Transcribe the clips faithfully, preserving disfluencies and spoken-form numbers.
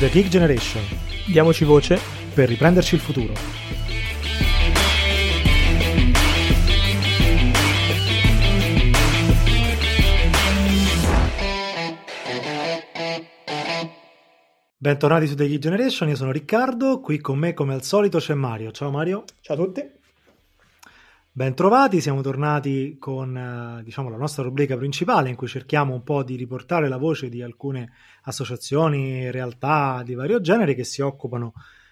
The Geek Generation. Diamoci voce per riprenderci il futuro. Bentornati su The Geek Generation, io sono Riccardo, qui con me come al solito c'è Mario. Ciao Mario. Ciao a tutti. Bentrovati, siamo tornati con eh, diciamo la nostra rubrica principale in cui cerchiamo un po' di riportare la voce di alcune associazioni, realtà di vario genere che si occupano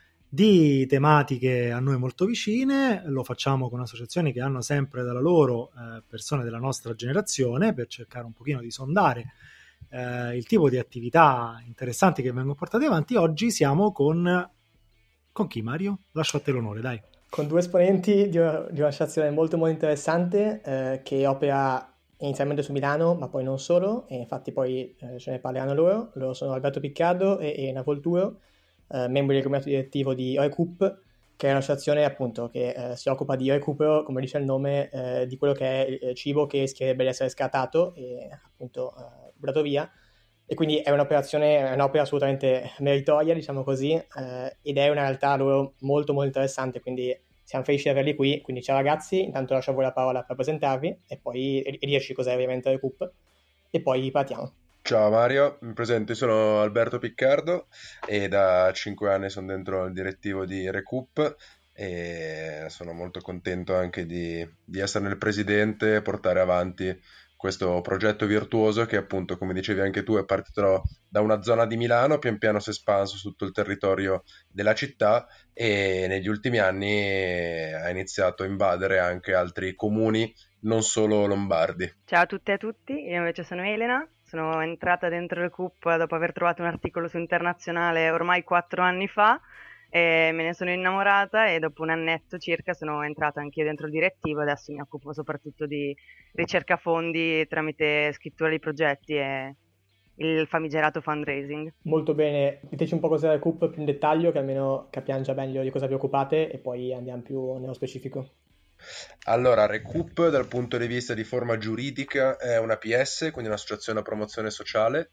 di tematiche a noi molto vicine. Lo facciamo con associazioni che hanno sempre dalla loro eh, persone della nostra generazione per cercare un pochino di sondare eh, il tipo di attività interessanti che vengono portate avanti. Oggi siamo con... con chi, Mario? Lascio a te l'onore, dai. Con due esponenti di, una, di un'associazione molto molto interessante eh, che opera inizialmente su Milano, ma poi non solo, e infatti poi eh, ce ne parleranno loro. Loro sono Alberto Piccardo e Elena Volturo, eh, membri del comitato direttivo di Recoup, che è un'associazione appunto che eh, si occupa di recupero, come dice il nome, eh, di quello che è il cibo che rischierebbe di essere scartato e appunto eh, buttato via. E quindi è un'operazione, è un'opera assolutamente meritoria, diciamo così, eh, ed è una realtà loro molto molto interessante, quindi siamo felici di averli qui. Quindi ciao ragazzi, intanto lascio a voi la parola per presentarvi e poi e, e dirci cos'è ovviamente Recoup e poi partiamo. Ciao Mario, mi presento, sono Alberto Piccardo e da cinque anni sono dentro il direttivo di Recoup e sono molto contento anche di, di essere nel presidente e portare avanti questo progetto virtuoso che appunto, come dicevi anche tu, è partito da una zona di Milano, pian piano si è espanso su tutto il territorio della città e negli ultimi anni ha iniziato a invadere anche altri comuni, non solo lombardi. Ciao a tutte e a tutti, io invece sono Elena, sono entrata dentro Recoup dopo aver trovato un articolo su Internazionale ormai quattro anni fa e me ne sono innamorata e dopo un annetto circa sono entrata anch'io dentro il direttivo. Adesso mi occupo soprattutto di ricerca fondi tramite scrittura di progetti e il famigerato fundraising. Molto bene, diteci un po' cos'è Recoup più in dettaglio, che almeno capiamo già meglio di cosa vi occupate e poi andiamo più nello specifico. Allora, Recoup dal punto di vista di forma giuridica è una P S, quindi un'associazione a promozione sociale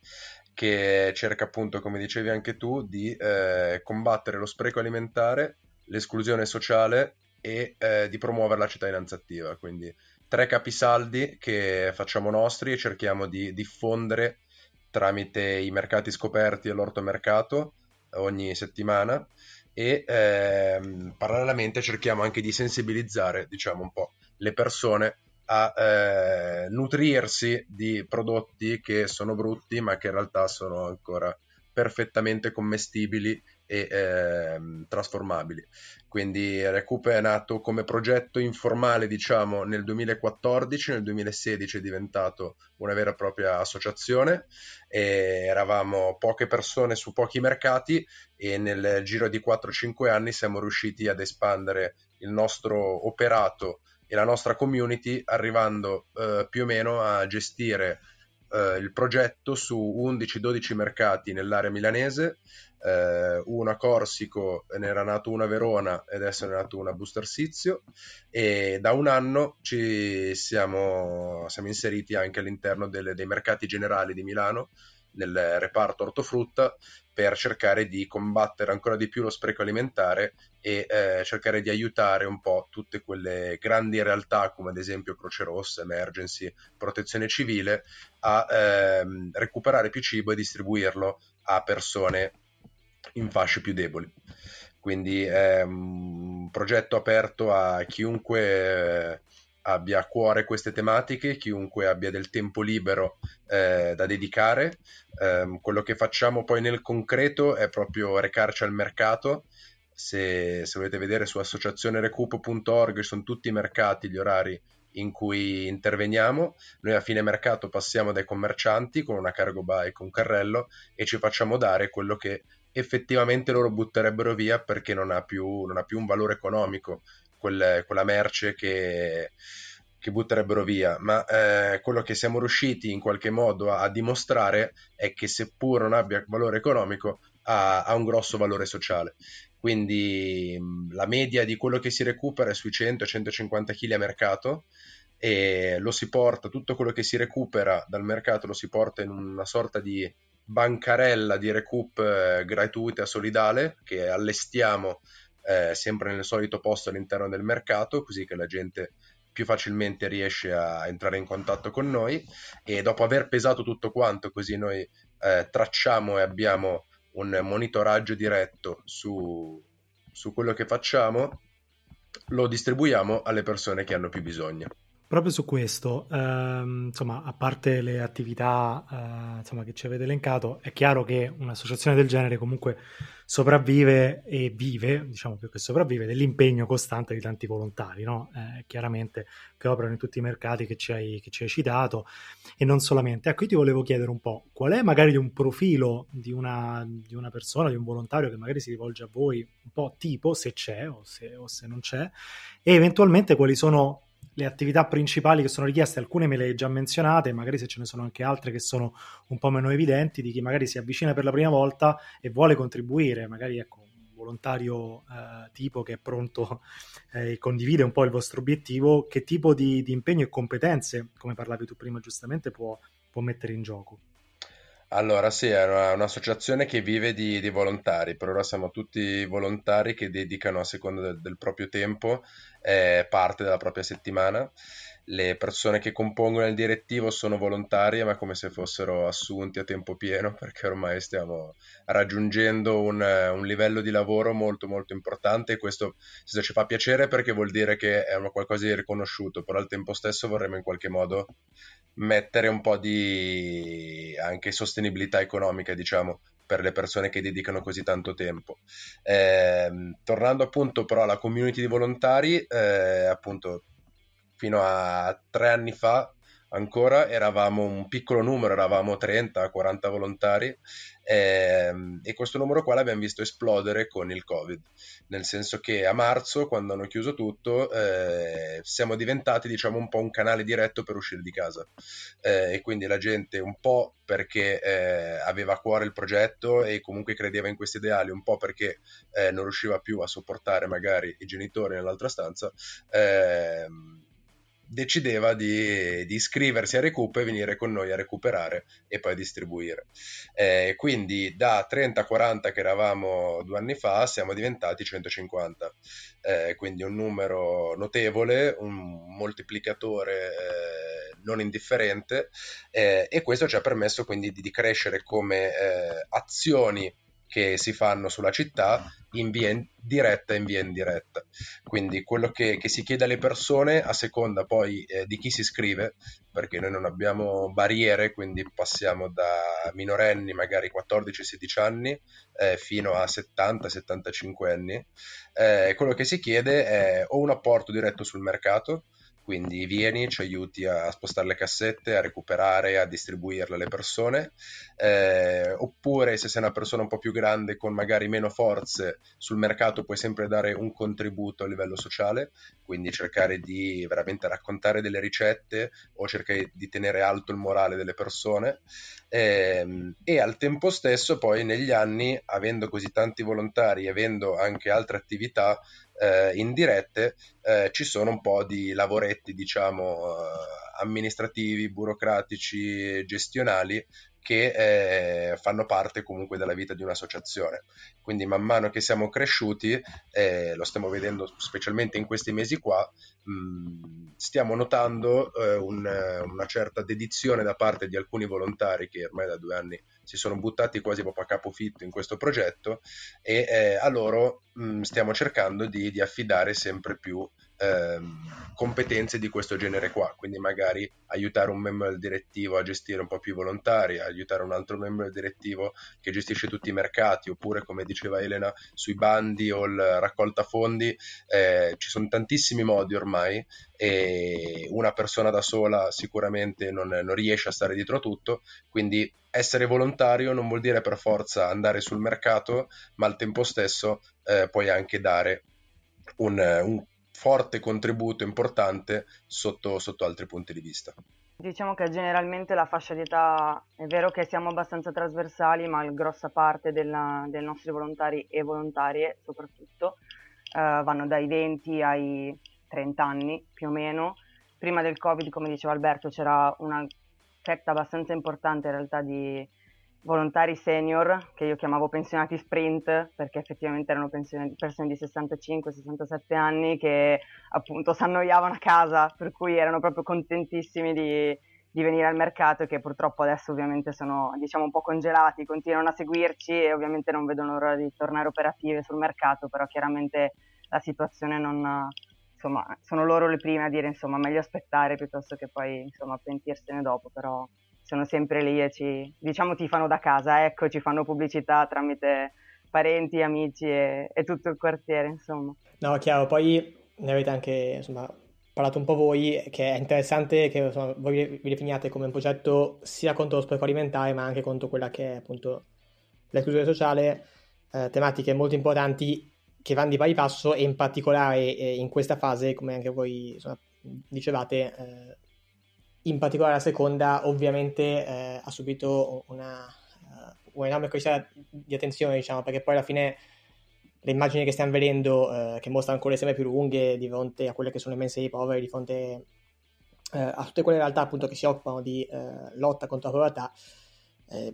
che cerca appunto, come dicevi anche tu, di eh, combattere lo spreco alimentare, l'esclusione sociale e eh, di promuovere la cittadinanza attiva. Quindi tre capisaldi che facciamo nostri e cerchiamo di diffondere tramite i mercati scoperti e l'ortomercato ogni settimana. E ehm, parallelamente cerchiamo anche di sensibilizzare, diciamo, un po' le persone a eh, nutrirsi di prodotti che sono brutti ma che in realtà sono ancora perfettamente commestibili e ehm, trasformabili. Quindi Recoup è nato come progetto informale, diciamo, nel duemilaquattordici, nel duemilasedici è diventato una vera e propria associazione e eravamo poche persone su pochi mercati e nel giro di quattro cinque anni siamo riusciti ad espandere il nostro operato e la nostra community, arrivando eh, più o meno a gestire eh, il progetto su undici dodici mercati nell'area milanese, eh, uno a Corsico, ne era nato uno a Verona ed adesso ne è nato uno a Bustorsizio e da un anno ci siamo, siamo inseriti anche all'interno delle, dei mercati generali di Milano nel reparto ortofrutta per cercare di combattere ancora di più lo spreco alimentare e eh, cercare di aiutare un po' tutte quelle grandi realtà come ad esempio Croce Rossa, Emergency, Protezione Civile a ehm, recuperare più cibo e distribuirlo a persone in fasce più deboli. Quindi è un progetto aperto a chiunque eh, abbia a cuore queste tematiche, chiunque abbia del tempo libero eh, da dedicare. Eh, quello che facciamo poi nel concreto è proprio recarci al mercato. Se, se volete vedere su associazione recoup punto org ci sono tutti i mercati, gli orari in cui interveniamo. Noi a fine mercato passiamo dai commercianti con una cargo bike, un carrello e ci facciamo dare quello che effettivamente loro butterebbero via perché non ha più, non ha più un valore economico quel, quella merce che, che butterebbero via, ma eh, quello che siamo riusciti in qualche modo a, a dimostrare è che seppur non abbia valore economico ha, ha un grosso valore sociale. Quindi mh, la media di quello che si recupera è sui cento centocinquanta chili a mercato e lo si porta, tutto quello che si recupera dal mercato lo si porta in una sorta di bancarella di recoup eh, gratuita solidale che allestiamo eh, sempre nel solito posto all'interno del mercato, così che la gente più facilmente riesce a entrare in contatto con noi, e dopo aver pesato tutto quanto, così noi eh, tracciamo e abbiamo un monitoraggio diretto su, su quello che facciamo, lo distribuiamo alle persone che hanno più bisogno. Proprio su questo, ehm, insomma, a parte le attività eh, insomma, che ci avete elencato, è chiaro che un'associazione del genere comunque sopravvive e vive, diciamo più che sopravvive, dell'impegno costante di tanti volontari, no? Eh, chiaramente, che operano in tutti i mercati che ci hai, che ci hai citato, e non solamente. Ecco, io ti volevo chiedere un po', qual è magari un profilo di una, di una persona, di un volontario che magari si rivolge a voi, un po' tipo, se c'è o se, o se non c'è, e eventualmente quali sono le attività principali che sono richieste. Alcune me le hai già menzionate, magari se ce ne sono anche altre che sono un po' meno evidenti, di chi magari si avvicina per la prima volta e vuole contribuire, magari ecco un volontario eh, tipo che è pronto e eh, condivide un po' il vostro obiettivo, che tipo di, di impegno e competenze, come parlavi tu prima giustamente, può, può mettere in gioco? Allora, sì, è una- un'associazione che vive di, di volontari. Per ora siamo tutti volontari che dedicano a seconda del, del proprio tempo eh, parte della propria settimana. Le persone che compongono il direttivo sono volontarie, ma come se fossero assunti a tempo pieno, perché ormai stiamo raggiungendo un, eh, un livello di lavoro molto molto importante, e questo se ci fa piacere perché vuol dire che è una qualcosa di riconosciuto, però al tempo stesso vorremmo in qualche modo mettere un po' di anche sostenibilità economica, diciamo, per le persone che dedicano così tanto tempo. Eh, tornando appunto però alla community di volontari, eh, appunto fino a tre anni fa ancora eravamo un piccolo numero, eravamo trenta quaranta volontari, ehm, e questo numero qua l'abbiamo visto esplodere con il Covid, nel senso che a marzo, quando hanno chiuso tutto, eh, siamo diventati diciamo un po' un canale diretto per uscire di casa, eh, e quindi la gente un po' perché eh, aveva a cuore il progetto e comunque credeva in questi ideali, un po' perché eh, non riusciva più a sopportare magari i genitori nell'altra stanza, ehm, decideva di, di iscriversi a Recoup e venire con noi a recuperare e poi a distribuire. Eh, quindi da trenta quaranta che eravamo due anni fa siamo diventati centocinquanta, eh, quindi un numero notevole, un moltiplicatore eh, non indifferente, eh, e questo ci ha permesso quindi di, di crescere come eh, azioni che si fanno sulla città in via in diretta e in via indiretta. Quindi quello che, che si chiede alle persone, a seconda poi eh, di chi si iscrive, perché noi non abbiamo barriere, quindi passiamo da minorenni, magari quattordici sedici anni, eh, fino a settanta settantacinque anni, eh, quello che si chiede è o un apporto diretto sul mercato, quindi vieni, ci aiuti a spostare le cassette, a recuperare, a distribuirle alle persone, eh, oppure se sei una persona un po' più grande con magari meno forze sul mercato puoi sempre dare un contributo a livello sociale, quindi cercare di veramente raccontare delle ricette o cercare di tenere alto il morale delle persone, ehm, e al tempo stesso poi negli anni, avendo così tanti volontari, avendo anche altre attività eh, indirette, eh, ci sono un po' di lavoretti, diciamo, eh, amministrativi, burocratici, gestionali che eh, fanno parte comunque della vita di un'associazione. Quindi man mano che siamo cresciuti, eh, lo stiamo vedendo specialmente in questi mesi qua, mh, stiamo notando eh, un, una certa dedizione da parte di alcuni volontari che ormai da due anni si sono buttati quasi proprio a capofitto in questo progetto, e eh, a loro mh, stiamo cercando di, di affidare sempre più ehm, competenze di questo genere qua, quindi magari aiutare un membro del direttivo a gestire un po' più i volontari, aiutare un altro membro del direttivo che gestisce tutti i mercati, oppure come diceva Elena sui bandi o la raccolta fondi. Eh, ci sono tantissimi modi ormai e una persona da sola sicuramente non, non riesce a stare dietro a tutto, quindi essere volontario non vuol dire per forza andare sul mercato, ma al tempo stesso eh, puoi anche dare un, un forte contributo importante sotto, sotto altri punti di vista. Diciamo che generalmente la fascia di età, è vero che siamo abbastanza trasversali, ma la grossa parte della, dei nostri volontari e volontarie soprattutto eh, vanno dai venti ai trenta anni più o meno. Prima del Covid, come diceva Alberto, c'era una fetta abbastanza importante in realtà di, volontari senior, che io chiamavo pensionati sprint, perché effettivamente erano pensioni- persone di sessantacinque sessantasette anni che appunto si annoiavano a casa, per cui erano proprio contentissimi di, di venire al mercato, e che purtroppo adesso ovviamente sono, diciamo, un po' congelati, continuano a seguirci e ovviamente non vedono l'ora di tornare operative sul mercato, però chiaramente la situazione non... Insomma, sono loro le prime a dire, insomma, meglio aspettare piuttosto che poi, insomma, pentirsene dopo, però sono sempre lì e ci, diciamo, ti fanno da casa, ecco, ci fanno pubblicità tramite parenti, amici e, e tutto il quartiere, insomma. No, chiaro, poi ne avete anche, insomma, parlato un po' voi, che è interessante che insomma, voi vi definiate come un progetto sia contro lo spreco alimentare, ma anche contro quella che è appunto l'esclusione sociale, eh, tematiche molto importanti che vanno di pari passo, e in particolare eh, in questa fase, come anche voi insomma, dicevate, eh, in particolare la seconda ovviamente eh, ha subito una, uh, un'enorme crescita di attenzione, diciamo, perché poi alla fine le immagini che stiamo vedendo, eh, che mostrano ancora sempre più lunghe di fronte a quelle che sono le mense dei poveri, di fronte eh, a tutte quelle realtà appunto che si occupano di eh, lotta contro la povertà, eh,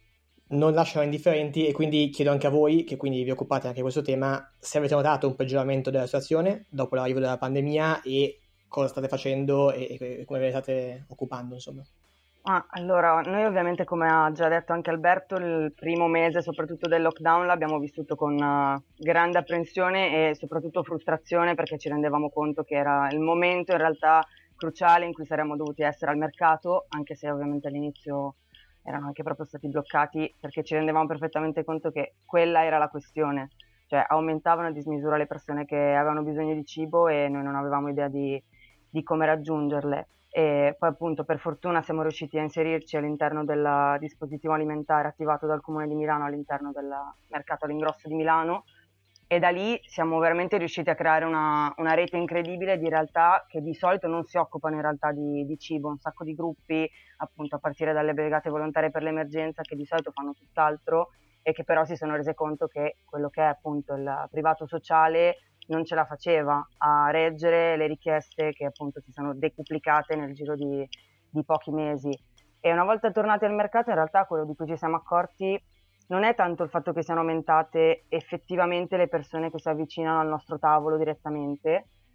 non lasciano indifferenti, e quindi chiedo anche a voi, che quindi vi occupate anche di questo tema, se avete notato un peggioramento della situazione dopo l'arrivo della pandemia e cosa state facendo e, e come ve ne state occupando, insomma. Ah, allora, noi ovviamente, come ha già detto anche Alberto, il primo mese soprattutto del lockdown l'abbiamo vissuto con uh, grande apprensione e soprattutto frustrazione, perché ci rendevamo conto che era il momento in realtà cruciale in cui saremmo dovuti essere al mercato, anche se ovviamente all'inizio erano anche proprio stati bloccati, perché ci rendevamo perfettamente conto che quella era la questione, cioè aumentavano a dismisura le persone che avevano bisogno di cibo e noi non avevamo idea di, di come raggiungerle. E poi appunto per fortuna siamo riusciti a inserirci all'interno del dispositivo alimentare attivato dal Comune di Milano all'interno del mercato all'ingrosso di Milano, e da lì siamo veramente riusciti a creare una, una rete incredibile di realtà che di solito non si occupano in realtà di, di cibo, un sacco di gruppi appunto a partire dalle brigate volontarie per l'emergenza che di solito fanno tutt'altro, e che però si sono rese conto che quello che è appunto il privato sociale non ce la faceva a reggere le richieste che appunto si sono decuplicate nel giro di, di pochi mesi. E una volta tornati al mercato, in realtà quello di cui ci siamo accorti non è tanto il fatto che siano aumentate effettivamente le persone che si avvicinano al nostro tavolo direttamente,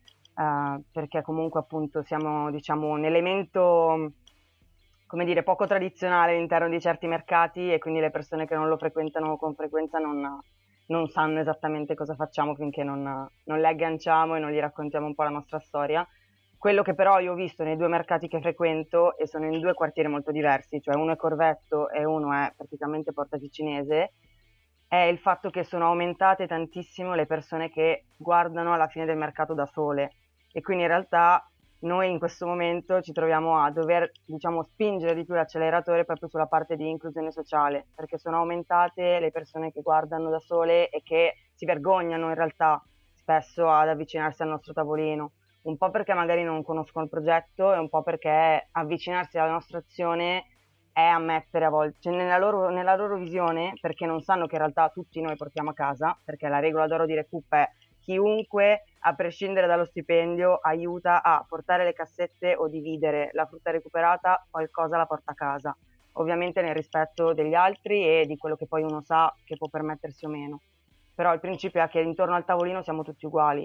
eh, perché comunque appunto siamo, diciamo, un elemento, come dire, poco tradizionale all'interno di certi mercati, e quindi le persone che non lo frequentano con frequenza non, non sanno esattamente cosa facciamo finché non, non le agganciamo e non gli raccontiamo un po' la nostra storia. Quello che però io ho visto nei due mercati che frequento, e sono in due quartieri molto diversi, cioè uno è Corvetto e uno è praticamente Porta Ticinese, è il fatto che sono aumentate tantissimo le persone che guardano alla fine del mercato da sole, e quindi in realtà noi in questo momento ci troviamo a dover, diciamo, spingere di più l'acceleratore proprio sulla parte di inclusione sociale, perché sono aumentate le persone che guardano da sole e che si vergognano in realtà spesso ad avvicinarsi al nostro tavolino. Un po' perché magari non conoscono il progetto, e un po' perché avvicinarsi alla nostra azione è ammettere a volte, cioè nella loro, nella loro visione, perché non sanno che in realtà tutti noi portiamo a casa, perché la regola d'oro di Recoup è chiunque, a prescindere dallo stipendio, aiuta a portare le cassette o dividere la frutta recuperata, qualcosa la porta a casa, ovviamente nel rispetto degli altri e di quello che poi uno sa che può permettersi o meno. Però il principio è che intorno al tavolino siamo tutti uguali.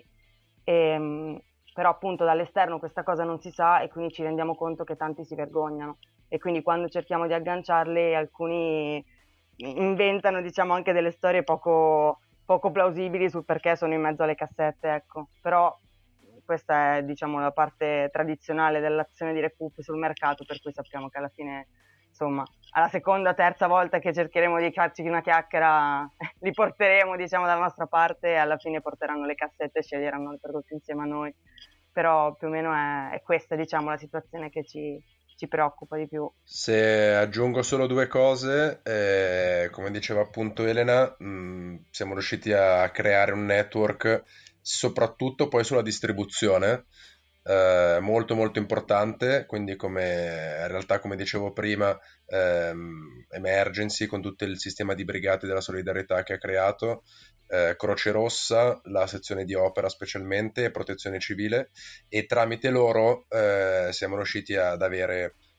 E, però appunto dall'esterno questa cosa non si sa, e quindi ci rendiamo conto che tanti si vergognano, e quindi quando cerchiamo di agganciarli alcuni inventano, diciamo, anche delle storie poco, poco plausibili sul perché sono in mezzo alle cassette, ecco. Però questa è, diciamo, la parte tradizionale dell'azione di Recoup sul mercato, per cui sappiamo che alla fine, insomma, alla seconda, terza volta che cercheremo di farci una chiacchiera li porteremo, diciamo, dalla nostra parte, e alla fine porteranno le cassette e sceglieranno il prodotto insieme a noi. Però più o meno è, è questa, diciamo, la situazione che ci, ci preoccupa di più. Se aggiungo solo due cose, eh, come diceva appunto Elena, mh, siamo riusciti a creare un network soprattutto poi sulla distribuzione, eh, molto molto importante, quindi come in realtà come dicevo prima, ehm, Emergency con tutto il sistema di brigate della solidarietà che ha creato, eh, Croce Rossa, la sezione di opera specialmente, e Protezione Civile, e tramite loro eh, siamo riusciti ad avere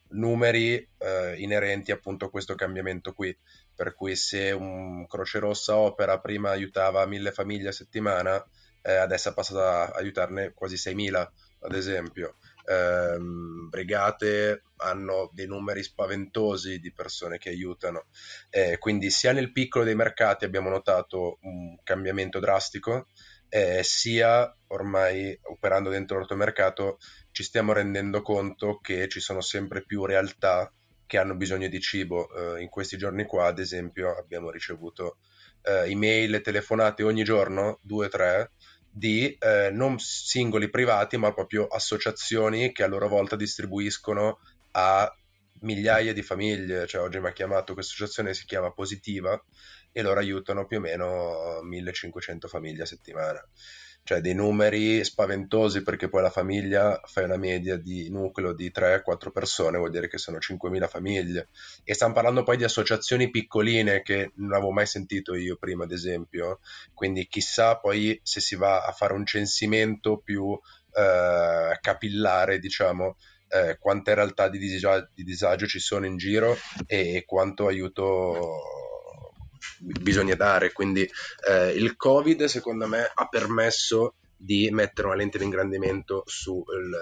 numeri eh, inerenti appunto a questo cambiamento qui, per cui se un Croce Rossa Opera prima aiutava mille famiglie a settimana, eh, adesso è passata a aiutarne quasi seimila, ad esempio. Ehm, brigate hanno dei numeri spaventosi di persone che aiutano, eh, quindi sia nel piccolo dei mercati abbiamo notato un cambiamento drastico, eh, sia ormai operando dentro l'ortomercato ci stiamo rendendo conto che ci sono sempre più realtà che hanno bisogno di cibo. Eh, in questi giorni qua, ad esempio, abbiamo ricevuto eh, email e telefonate ogni giorno, due o tre, di eh, non singoli privati, ma proprio associazioni che a loro volta distribuiscono a migliaia di famiglie. Cioè, oggi mi ha chiamato questa associazione, si chiama Positiva, e loro aiutano più o meno millecinquecento famiglie a settimana. Cioè dei numeri spaventosi, perché poi la famiglia fai una media di nucleo di tre quattro persone, vuol dire che sono cinquemila famiglie. E stiamo parlando poi di associazioni piccoline che non avevo mai sentito io prima, ad esempio. Quindi chissà poi se si va a fare un censimento più eh, capillare, diciamo, eh, quante realtà di disagio, di disagio ci sono in giro e quanto aiuto bisogna dare. Quindi eh, il Covid secondo me ha permesso di mettere una lente di ingrandimento sul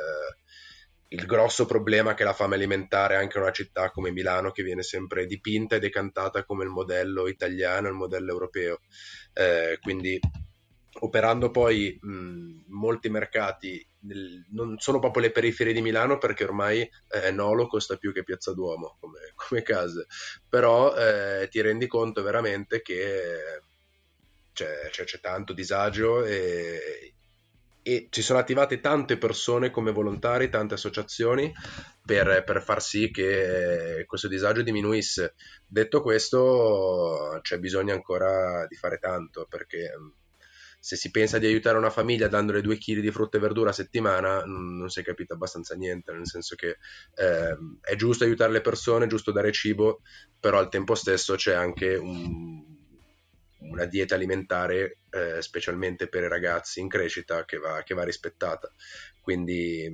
il grosso problema che è la fame alimentare anche in una città come Milano, che viene sempre dipinta e decantata come il modello italiano, il modello europeo. Eh, quindi operando poi mh, molti mercati nel, non sono proprio le periferie di Milano, perché ormai eh, Nolo costa più che Piazza Duomo come, come case, però eh, ti rendi conto veramente che c'è, c'è, c'è tanto disagio e, e ci sono attivate tante persone come volontari, tante associazioni per, per far sì che questo disagio diminuisse. Detto questo, c'è bisogno ancora di fare tanto, perché se si pensa di aiutare una famiglia dandole due chili di frutta e verdura a settimana, non si è capito abbastanza niente, nel senso che eh, è giusto aiutare le persone, è giusto dare cibo, però al tempo stesso c'è anche un, una dieta alimentare, eh, specialmente per i ragazzi in crescita, che va, che va rispettata. Quindi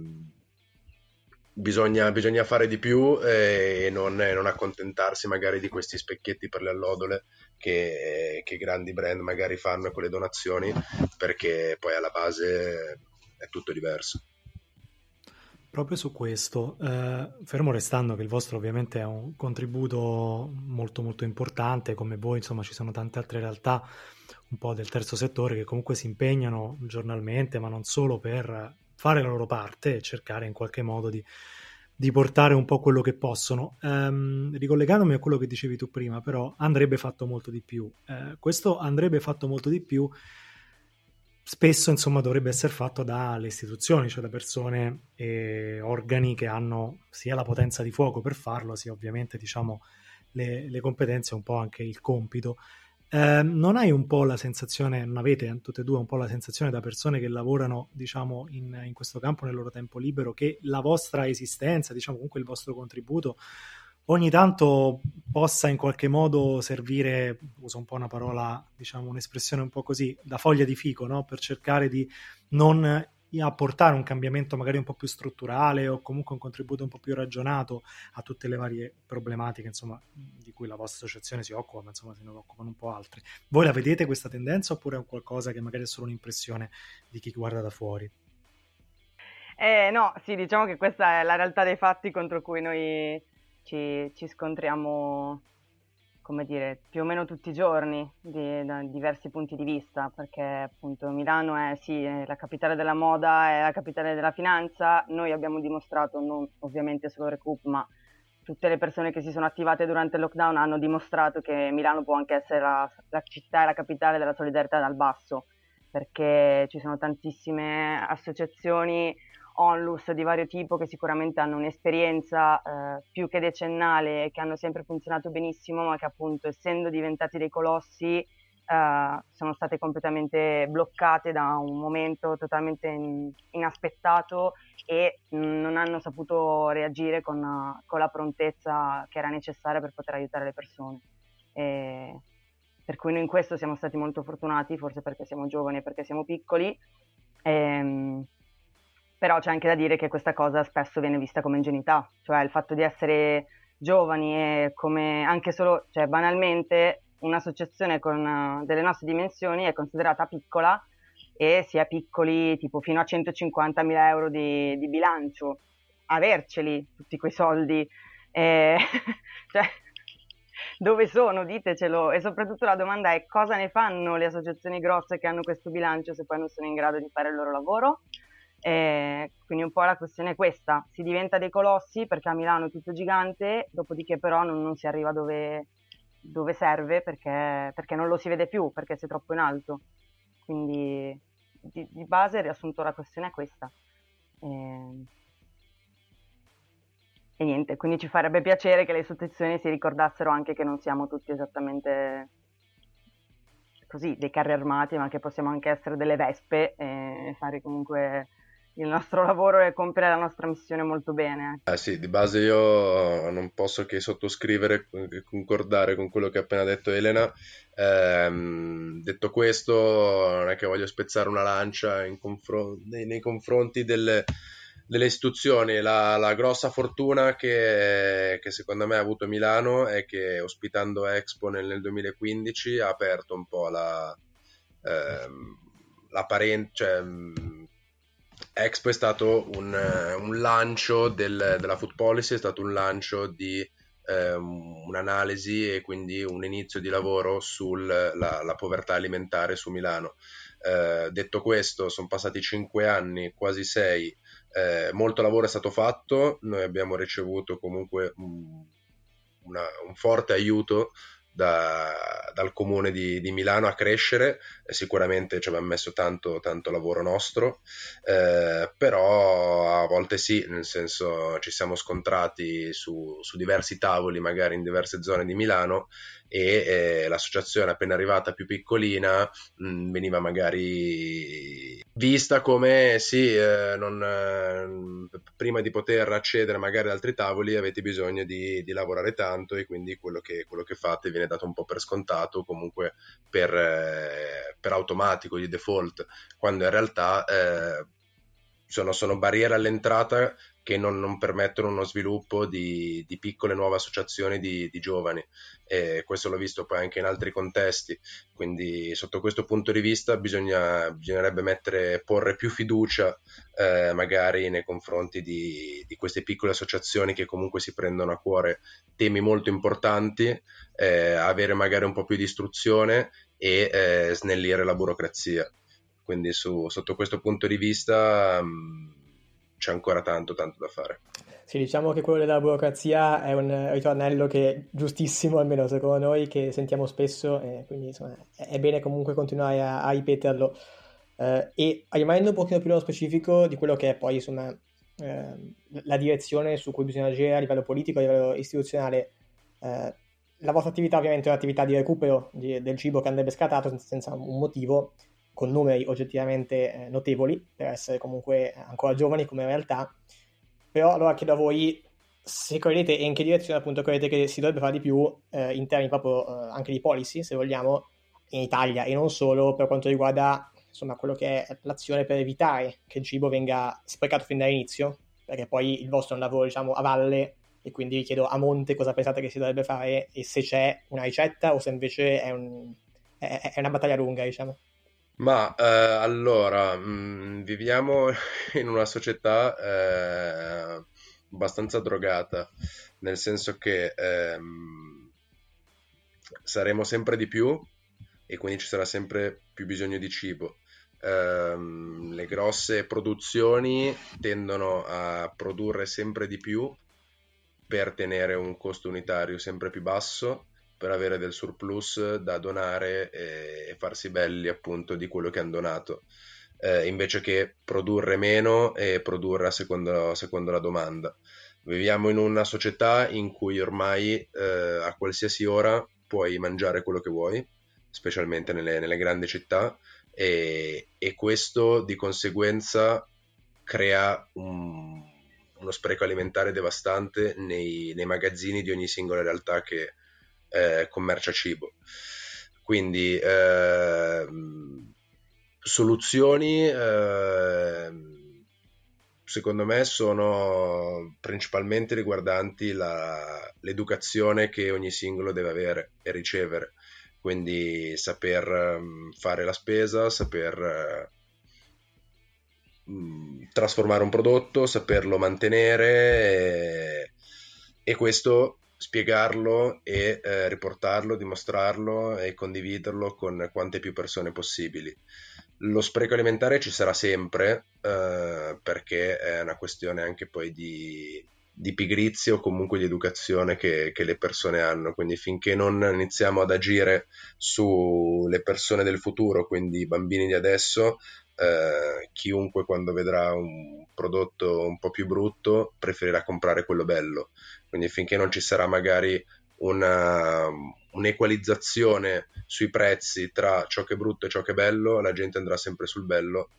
bisogna, bisogna fare di più e non, non accontentarsi magari di questi specchietti per le allodole che, che grandi brand magari fanno con le donazioni, perché poi alla base è tutto diverso. Proprio su questo, eh, fermo restando che il vostro ovviamente è un contributo molto molto importante, come voi insomma ci sono tante altre realtà un po' del terzo settore che comunque si impegnano giornalmente, ma non solo, per fare la loro parte e cercare in qualche modo di, di portare un po' quello che possono. Ehm, ricollegandomi a quello che dicevi tu prima, però andrebbe fatto molto di più. Eh, questo andrebbe fatto molto di più spesso insomma dovrebbe essere fatto dalle istituzioni, cioè da persone e organi che hanno sia la potenza di fuoco per farlo, sia ovviamente diciamo le, le competenze, un po' anche il compito. Eh, non hai un po' la sensazione, non avete tutte e due un po' la sensazione, da persone che lavorano diciamo in, in questo campo nel loro tempo libero, che la vostra esistenza, diciamo comunque il vostro contributo ogni tanto possa in qualche modo servire, uso un po' una parola, diciamo un'espressione un po' così, da foglia di fico, no? Per cercare di non apportare un cambiamento magari un po' più strutturale o comunque un contributo un po' più ragionato a tutte le varie problematiche, insomma, di cui la vostra associazione si occupa, ma insomma se ne occupano un po' altri. Voi la vedete questa tendenza, oppure è un qualcosa che magari è solo un'impressione di chi guarda da fuori? Eh, no, sì, diciamo che questa è la realtà dei fatti contro cui noi ci, ci scontriamo, come dire, più o meno tutti i giorni, di, da diversi punti di vista, perché appunto Milano è sì, è la capitale della moda, è la capitale della finanza. Noi abbiamo dimostrato, non ovviamente solo Recoup, ma tutte le persone che si sono attivate durante il lockdown hanno dimostrato che Milano può anche essere la, la città e la capitale della solidarietà dal basso, perché ci sono tantissime associazioni onlus di vario tipo che sicuramente hanno un'esperienza eh, più che decennale e che hanno sempre funzionato benissimo, ma che appunto, essendo diventati dei colossi, eh, sono state completamente bloccate da un momento totalmente in, inaspettato e non hanno saputo reagire con, con la prontezza che era necessaria per poter aiutare le persone. E per cui noi in questo siamo stati molto fortunati, forse perché siamo giovani e perché siamo piccoli. E, Però c'è anche da dire che questa cosa spesso viene vista come ingenuità, cioè il fatto di essere giovani e come anche solo, cioè banalmente, un'associazione con uh, delle nostre dimensioni è considerata piccola e si è piccoli tipo fino a centocinquantamila euro di, di bilancio. Averceli tutti quei soldi, eh, cioè, dove sono? Ditecelo. E soprattutto la domanda è: cosa ne fanno le associazioni grosse che hanno questo bilancio se poi non sono in grado di fare il loro lavoro? Eh, quindi un po' la questione è questa: si diventa dei colossi perché a Milano è tutto gigante, dopodiché però non, non si arriva dove, dove serve perché, perché non lo si vede più, perché sei troppo in alto. Quindi di, di base il riassunto della questione è questa. Eh, E niente, quindi ci farebbe piacere che le istituzioni si ricordassero anche che non siamo tutti esattamente così dei carri armati, ma che possiamo anche essere delle vespe e fare comunque il nostro lavoro e compiere la nostra missione molto bene. Eh sì, di base io non posso che sottoscrivere e concordare con quello che ha appena detto Elena. Ehm, detto questo, non è che voglio spezzare una lancia in confron- nei, nei confronti delle, delle istituzioni. La, la grossa fortuna che, che secondo me ha avuto Milano è che, ospitando Expo nel, nel duemilaquindici, ha aperto un po' la, ehm, la parente, cioè, Expo è stato un, un lancio del, della food policy, è stato un lancio di eh, un'analisi e quindi un inizio di lavoro sulla la, la povertà alimentare su Milano. Eh, detto questo, sono passati cinque anni, quasi sei, eh, molto lavoro è stato fatto, noi abbiamo ricevuto comunque un, una, un forte aiuto da, dal comune di, di Milano a crescere, eh, sicuramente ci abbiamo messo tanto, tanto lavoro nostro, eh, però a volte sì, nel senso ci siamo scontrati su, su diversi tavoli, magari in diverse zone di Milano, e eh, l'associazione appena arrivata più piccolina mh, veniva magari vista come sì, eh, non, eh, prima di poter accedere magari ad altri tavoli avete bisogno di, di lavorare tanto e quindi quello che, quello che fate viene dato un po' per scontato, comunque per, eh, per automatico, di default, quando in realtà eh, sono, sono barriere all'entrata che non, non permettono uno sviluppo di, di piccole nuove associazioni di, di giovani, e questo l'ho visto poi anche in altri contesti, quindi sotto questo punto di vista bisogna, bisognerebbe mettere, porre più fiducia eh, magari nei confronti di, di queste piccole associazioni che comunque si prendono a cuore temi molto importanti, eh, avere magari un po' più di istruzione e eh, snellire la burocrazia. Quindi su, sotto questo punto di vista mh, c'è ancora tanto tanto da fare. Sì, diciamo che quello della burocrazia è un ritornello che è giustissimo, almeno secondo noi, che sentiamo spesso, e quindi insomma è bene comunque continuare a, a ripeterlo. Eh, e rimanendo un pochino più nello specifico di quello che è poi insomma eh, la direzione su cui bisogna agire a livello politico, a livello istituzionale, eh, la vostra attività ovviamente è un'attività di recupero di, del cibo che andrebbe scartato senza, senza un motivo, con numeri oggettivamente eh, notevoli per essere comunque ancora giovani come realtà. Però allora chiedo a voi se credete e in che direzione appunto credete che si dovrebbe fare di più eh, in termini proprio eh, anche di policy, se vogliamo, in Italia e non solo per quanto riguarda insomma quello che è l'azione per evitare che il cibo venga sprecato fin dall'inizio, perché poi il vostro è un lavoro diciamo a valle e quindi vi chiedo a monte cosa pensate che si dovrebbe fare e se c'è una ricetta o se invece è, un, è, è una battaglia lunga, diciamo. Ma eh, allora, mh, viviamo in una società eh, abbastanza drogata, nel senso che ehm, saremo sempre di più e quindi ci sarà sempre più bisogno di cibo. Ehm, le grosse produzioni tendono a produrre sempre di più per tenere un costo unitario sempre più basso, per avere del surplus da donare e farsi belli appunto di quello che hanno donato, eh, invece che produrre meno e produrre a secondo, secondo la domanda. Viviamo in una società in cui ormai eh, a qualsiasi ora puoi mangiare quello che vuoi, specialmente nelle, nelle grandi città, e, e questo di conseguenza crea un, uno spreco alimentare devastante nei, nei magazzini di ogni singola realtà che eh, commercia cibo. Quindi eh, soluzioni eh, secondo me sono principalmente riguardanti la, l'educazione che ogni singolo deve avere e ricevere, quindi saper um, fare la spesa, saper uh, um, trasformare un prodotto, saperlo mantenere e, e questo spiegarlo e eh, riportarlo, dimostrarlo e condividerlo con quante più persone possibili. Lo spreco alimentare ci sarà sempre eh, perché è una questione anche poi di, di pigrizia o comunque di educazione che, che le persone hanno, quindi finché non iniziamo ad agire sulle persone del futuro, quindi i bambini di adesso, eh, chiunque quando vedrà un prodotto un po' più brutto preferirà comprare quello bello, quindi finché non ci sarà magari una, un'equalizzazione sui prezzi tra ciò che è brutto e ciò che è bello, la gente andrà sempre sul bello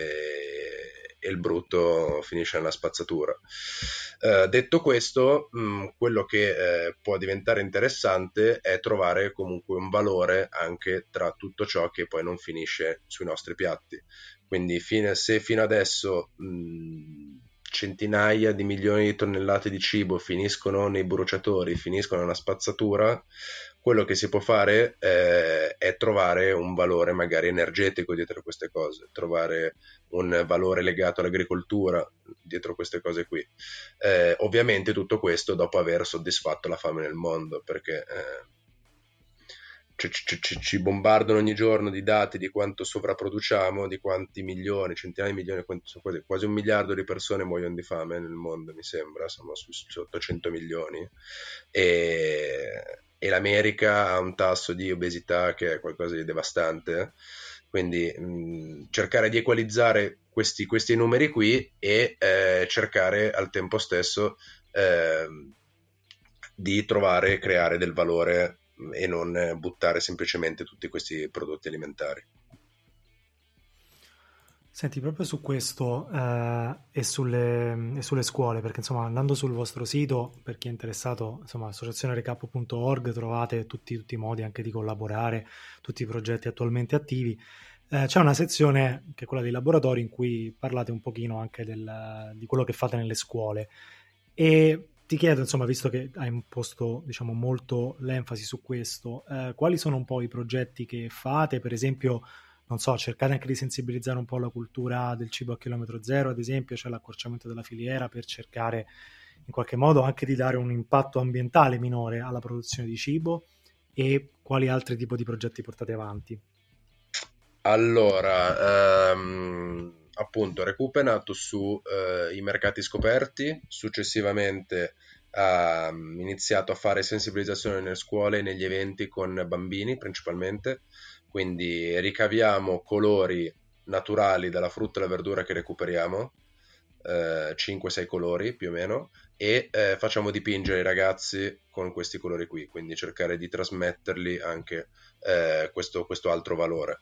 e, e il brutto finisce nella spazzatura. Eh, detto questo, mh, quello che eh, può diventare interessante è trovare comunque un valore anche tra tutto ciò che poi non finisce sui nostri piatti. Quindi fine, se fino adesso mh, centinaia di milioni di tonnellate di cibo finiscono nei bruciatori, finiscono nella spazzatura, quello che si può fare eh, è trovare un valore magari energetico dietro queste cose, trovare un valore legato all'agricoltura dietro queste cose qui. Eh, ovviamente tutto questo dopo aver soddisfatto la fame nel mondo, perché eh, ci, ci, ci bombardano ogni giorno di dati di quanto sovrapproduciamo, di quanti milioni, centinaia di milioni, quasi, quasi un miliardo di persone muoiono di fame nel mondo, mi sembra, siamo su, su ottocento milioni e, e l'America ha un tasso di obesità che è qualcosa di devastante, quindi mh, cercare di equalizzare questi, questi numeri qui e eh, cercare al tempo stesso eh, di trovare e creare del valore e non buttare semplicemente tutti questi prodotti alimentari. Senti, proprio su questo eh, e, sulle, e sulle scuole, perché insomma andando sul vostro sito, per chi è interessato, insomma associazione recap punto org, trovate tutti, tutti i modi anche di collaborare, tutti i progetti attualmente attivi. Eh, c'è una sezione che è quella dei laboratori in cui parlate un pochino anche del, di quello che fate nelle scuole e ti chiedo, insomma, visto che hai posto, diciamo, molto l'enfasi su questo, eh, quali sono un po' i progetti che fate? Per esempio, non so, cercate anche di sensibilizzare un po' la cultura del cibo a chilometro zero, ad esempio, c'è l'accorciamento della filiera per cercare in qualche modo anche di dare un impatto ambientale minore alla produzione di cibo, e quali altri tipi di progetti portate avanti? Allora, ehm, appunto, Recoup è nato su eh, i mercati scoperti, successivamente ha mm, iniziato a fare sensibilizzazione nelle scuole e negli eventi con bambini principalmente, quindi ricaviamo colori naturali dalla frutta e dalla verdura che recuperiamo, eh, cinque sei colori più o meno, e eh, facciamo dipingere i ragazzi con questi colori qui, quindi cercare di trasmetterli anche eh, questo, questo altro valore.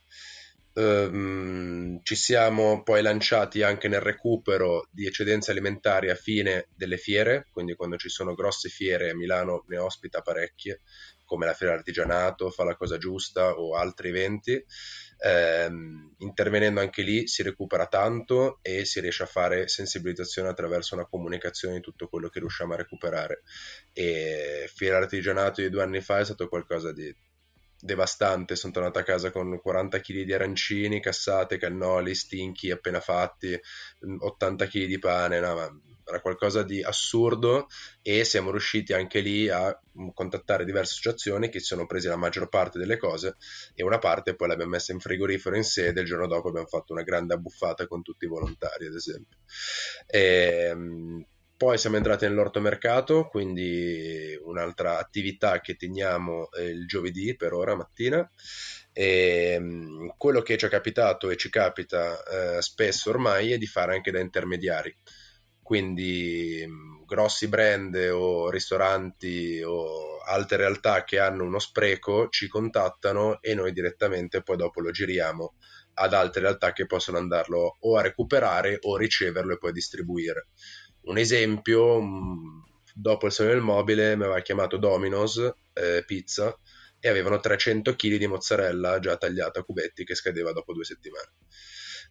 Um, ci siamo poi lanciati anche nel recupero di eccedenze alimentari a fine delle fiere, quindi quando ci sono grosse fiere, a Milano ne ospita parecchie, come la Fiera Artigianato, Fa la Cosa Giusta o altri eventi. Um, intervenendo anche lì si recupera tanto e si riesce a fare sensibilizzazione attraverso una comunicazione di tutto quello che riusciamo a recuperare, e Fiera Artigianato di due anni fa è stato qualcosa di devastante. Sono tornato a casa con quaranta chili di arancini, cassate, cannoli, stinchi appena fatti, ottanta chili di pane, no, ma era qualcosa di assurdo, e siamo riusciti anche lì a contattare diverse associazioni che si sono presi la maggior parte delle cose e una parte poi l'abbiamo messa in frigorifero in sede. Il giorno dopo abbiamo fatto una grande abbuffata con tutti i volontari, ad esempio. E, poi siamo entrati nell'ortomercato, quindi un'altra attività che teniamo il giovedì per ora mattina, e quello che ci è capitato e ci capita eh, spesso ormai è di fare anche da intermediari, quindi mh, grossi brand o ristoranti o altre realtà che hanno uno spreco ci contattano e noi direttamente poi dopo lo giriamo ad altre realtà che possono andarlo o a recuperare o riceverlo e poi distribuire. Un esempio, dopo il Salone del Mobile mi aveva chiamato Domino's eh, Pizza e avevano trecento chili di mozzarella già tagliata a cubetti che scadeva dopo due settimane.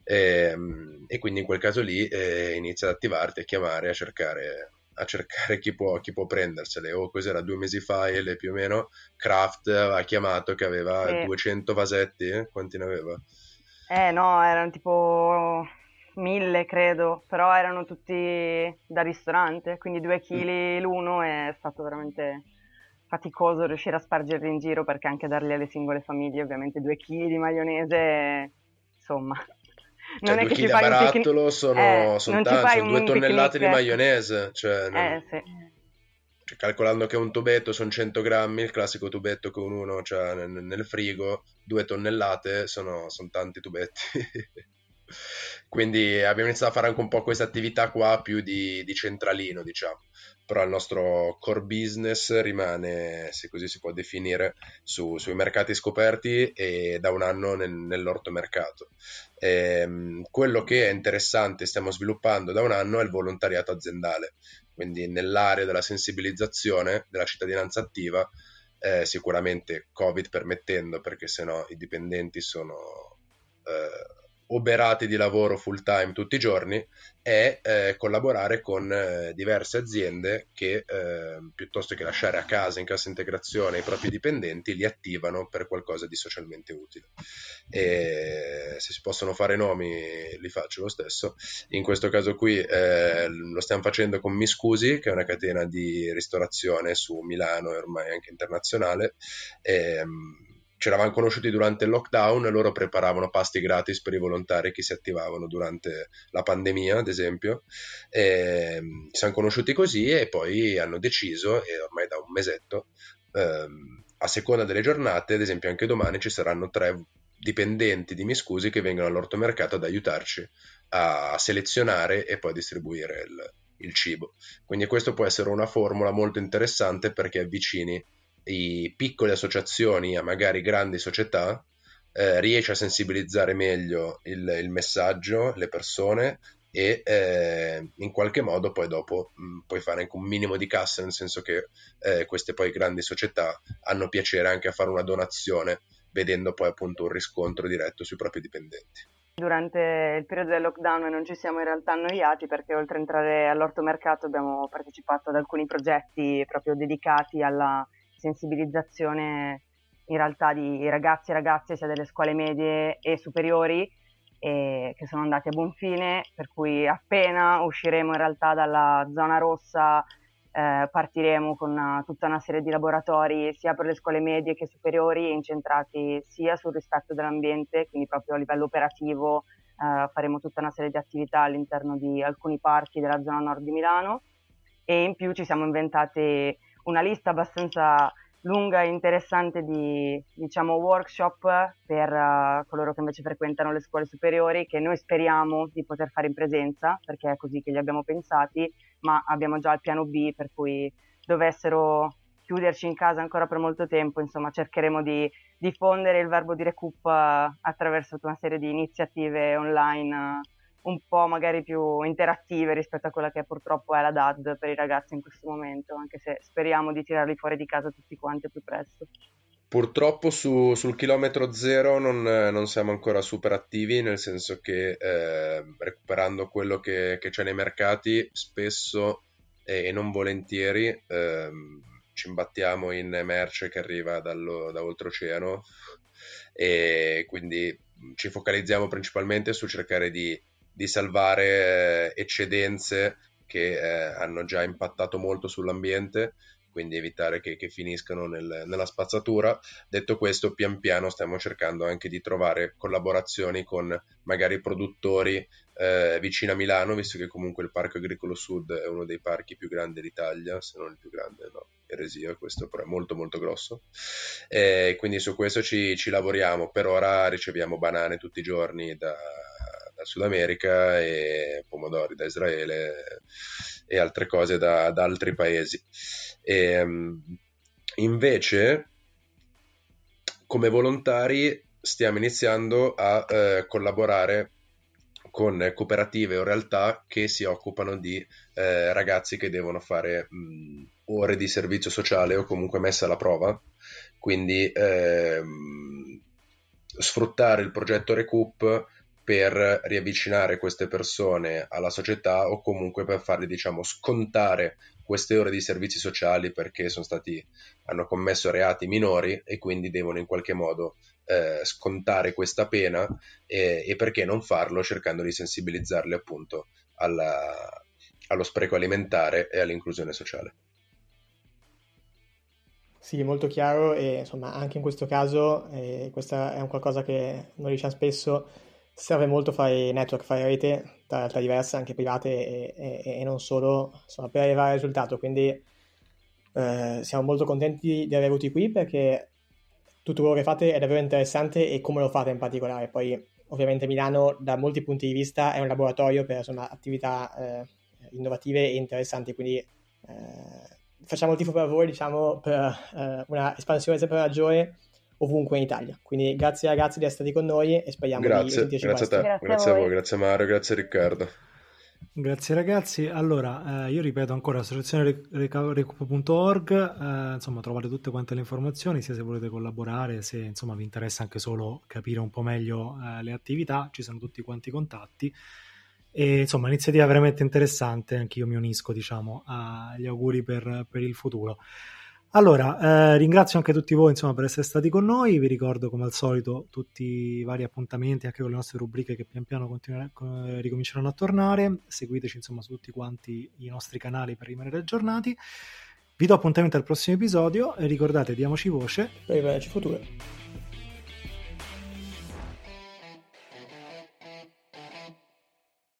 e, e quindi in quel caso lì eh, inizi ad attivarti, a chiamare, a cercare, a cercare chi può, chi può prendersele. O cos'era, due mesi fa Ele più o meno, Kraft ha chiamato che aveva Sì. duecento vasetti, eh? Quanti ne aveva? Eh no, erano tipo mille credo, però erano tutti da ristorante, quindi due chili l'uno, è stato veramente faticoso riuscire a spargerli in giro, perché anche darli alle singole famiglie, ovviamente due chili di maionese, insomma, Cioè non è due che ci chili a fai un picnic, barattolo sono, eh, sono non ci tanti, fai sono due un tonnellate di picnic, maionese, cioè, non- eh sì. cioè, calcolando che un tubetto sono cento grammi, il classico tubetto che uno c'ha nel, nel frigo, due tonnellate sono, sono tanti tubetti. Quindi abbiamo iniziato a fare anche un po' questa attività qua più di, di centralino, diciamo. Però il nostro core business rimane, se così si può definire, su- sui mercati scoperti e da un anno nel- nell'ortomercato. Ehm, quello che è interessante, stiamo sviluppando da un anno, è il volontariato aziendale. Quindi nell'area della sensibilizzazione, della cittadinanza attiva, eh, sicuramente Covid permettendo, perché sennò i dipendenti sono eh, oberati di lavoro full time tutti i giorni, è eh, collaborare con eh, diverse aziende che eh, piuttosto che lasciare a casa in cassa integrazione i propri dipendenti, li attivano per qualcosa di socialmente utile. E se si possono fare nomi li faccio lo stesso. In questo caso qui eh, lo stiamo facendo con Mi Scusi, che è una catena di ristorazione su Milano e ormai anche internazionale. E, ci eravamo conosciuti durante il lockdown e loro preparavano pasti gratis per i volontari che si attivavano durante la pandemia, ad esempio. E ci siamo conosciuti così e poi hanno deciso, e ormai da un mesetto, ehm, a seconda delle giornate, ad esempio anche domani ci saranno tre dipendenti di Mi Scusi che vengono all'ortomercato ad aiutarci a selezionare e poi distribuire il, il cibo. Quindi questo può essere una formula molto interessante perché avvicini i piccole associazioni a magari grandi società, eh, riesce a sensibilizzare meglio il, il messaggio, le persone e eh, in qualche modo poi dopo mh, puoi fare anche un minimo di cassa, nel senso che eh, queste poi grandi società hanno piacere anche a fare una donazione, vedendo poi appunto un riscontro diretto sui propri dipendenti. Durante il periodo del lockdown non ci siamo in realtà annoiati, perché oltre a entrare all'ortomercato abbiamo partecipato ad alcuni progetti proprio dedicati alla sensibilizzazione in realtà di ragazzi e ragazze sia delle scuole medie e superiori, e che sono andati a buon fine, per cui appena usciremo in realtà dalla zona rossa eh, partiremo con una, tutta una serie di laboratori sia per le scuole medie che superiori, incentrati sia sul rispetto dell'ambiente, quindi proprio a livello operativo eh, faremo tutta una serie di attività all'interno di alcuni parchi della zona nord di Milano, e in più ci siamo inventati una lista abbastanza lunga e interessante di, diciamo, workshop per uh, coloro che invece frequentano le scuole superiori, che noi speriamo di poter fare in presenza, perché è così che li abbiamo pensati, ma abbiamo già il piano B, per cui dovessero chiuderci in casa ancora per molto tempo, insomma cercheremo di diffondere il verbo di Recoup uh, attraverso tutta una serie di iniziative online uh, un po' magari più interattive rispetto a quella che purtroppo è la D A D per i ragazzi in questo momento, anche se speriamo di tirarli fuori di casa tutti quanti più presto. Purtroppo su, sul chilometro zero non, non siamo ancora super attivi, nel senso che eh, recuperando quello che, che c'è nei mercati, spesso e, e non volentieri eh, ci imbattiamo in merce che arriva dallo, da oltreoceano, e quindi ci focalizziamo principalmente su cercare di di salvare eh, eccedenze che eh, hanno già impattato molto sull'ambiente, quindi evitare che, che finiscano nel, nella spazzatura. Detto questo, pian piano stiamo cercando anche di trovare collaborazioni con magari produttori eh, vicino a Milano, visto che comunque il Parco Agricolo Sud è uno dei parchi più grandi d'Italia, se non il più grande, no, eresia, questo però è molto molto grosso. E quindi su questo ci, ci lavoriamo. Per ora riceviamo banane tutti i giorni da da Sud America e pomodori da Israele e altre cose da, da altri paesi. E, invece, come volontari, stiamo iniziando a eh, collaborare con cooperative o realtà che si occupano di eh, ragazzi che devono fare mh, ore di servizio sociale o comunque messa alla prova. Quindi ehm, sfruttare il progetto Recoup per riavvicinare queste persone alla società o comunque per farli, diciamo, scontare queste ore di servizi sociali perché sono stati, hanno commesso reati minori e quindi devono in qualche modo eh, scontare questa pena e, e perché non farlo cercando di sensibilizzarli appunto alla, allo spreco alimentare e all'inclusione sociale. Sì, molto chiaro e insomma anche in questo caso, eh, questa è un qualcosa che noi diciamo spesso, serve molto fare network, fare rete tra realtà diverse, anche private e, e- e non solo, insomma, per arrivare al risultato. Quindi eh, siamo molto contenti di aver avuti qui perché tutto quello che fate è davvero interessante e come lo fate in particolare. Poi ovviamente Milano da molti punti di vista è un laboratorio per insomma, attività eh, innovative e interessanti, quindi eh, facciamo il tifo per voi, diciamo, per eh, una espansione sempre maggiore ovunque in Italia. Quindi grazie ragazzi di essere stati con noi e speriamo di Grazie, sentirci grazie a presto. te, Grazie a grazie a voi. voi, grazie Mario, grazie Riccardo. Grazie ragazzi. Allora, eh, io ripeto ancora, associazione recup punto org, eh, insomma trovate tutte quante le informazioni, sia se volete collaborare, se insomma vi interessa anche solo capire un po' meglio eh, le attività, ci sono tutti quanti i contatti. E insomma, iniziativa veramente interessante, anch'io mi unisco, diciamo, agli auguri per, per il futuro. Allora, eh, ringrazio anche tutti voi, insomma, per essere stati con noi. Vi ricordo, come al solito, tutti i vari appuntamenti, anche con le nostre rubriche che pian piano continueranno- ricominceranno a tornare. Seguiteci, insomma, su tutti quanti i nostri canali per rimanere aggiornati. Vi do appuntamento al prossimo episodio e ricordate, diamoci voce. Per il futuro.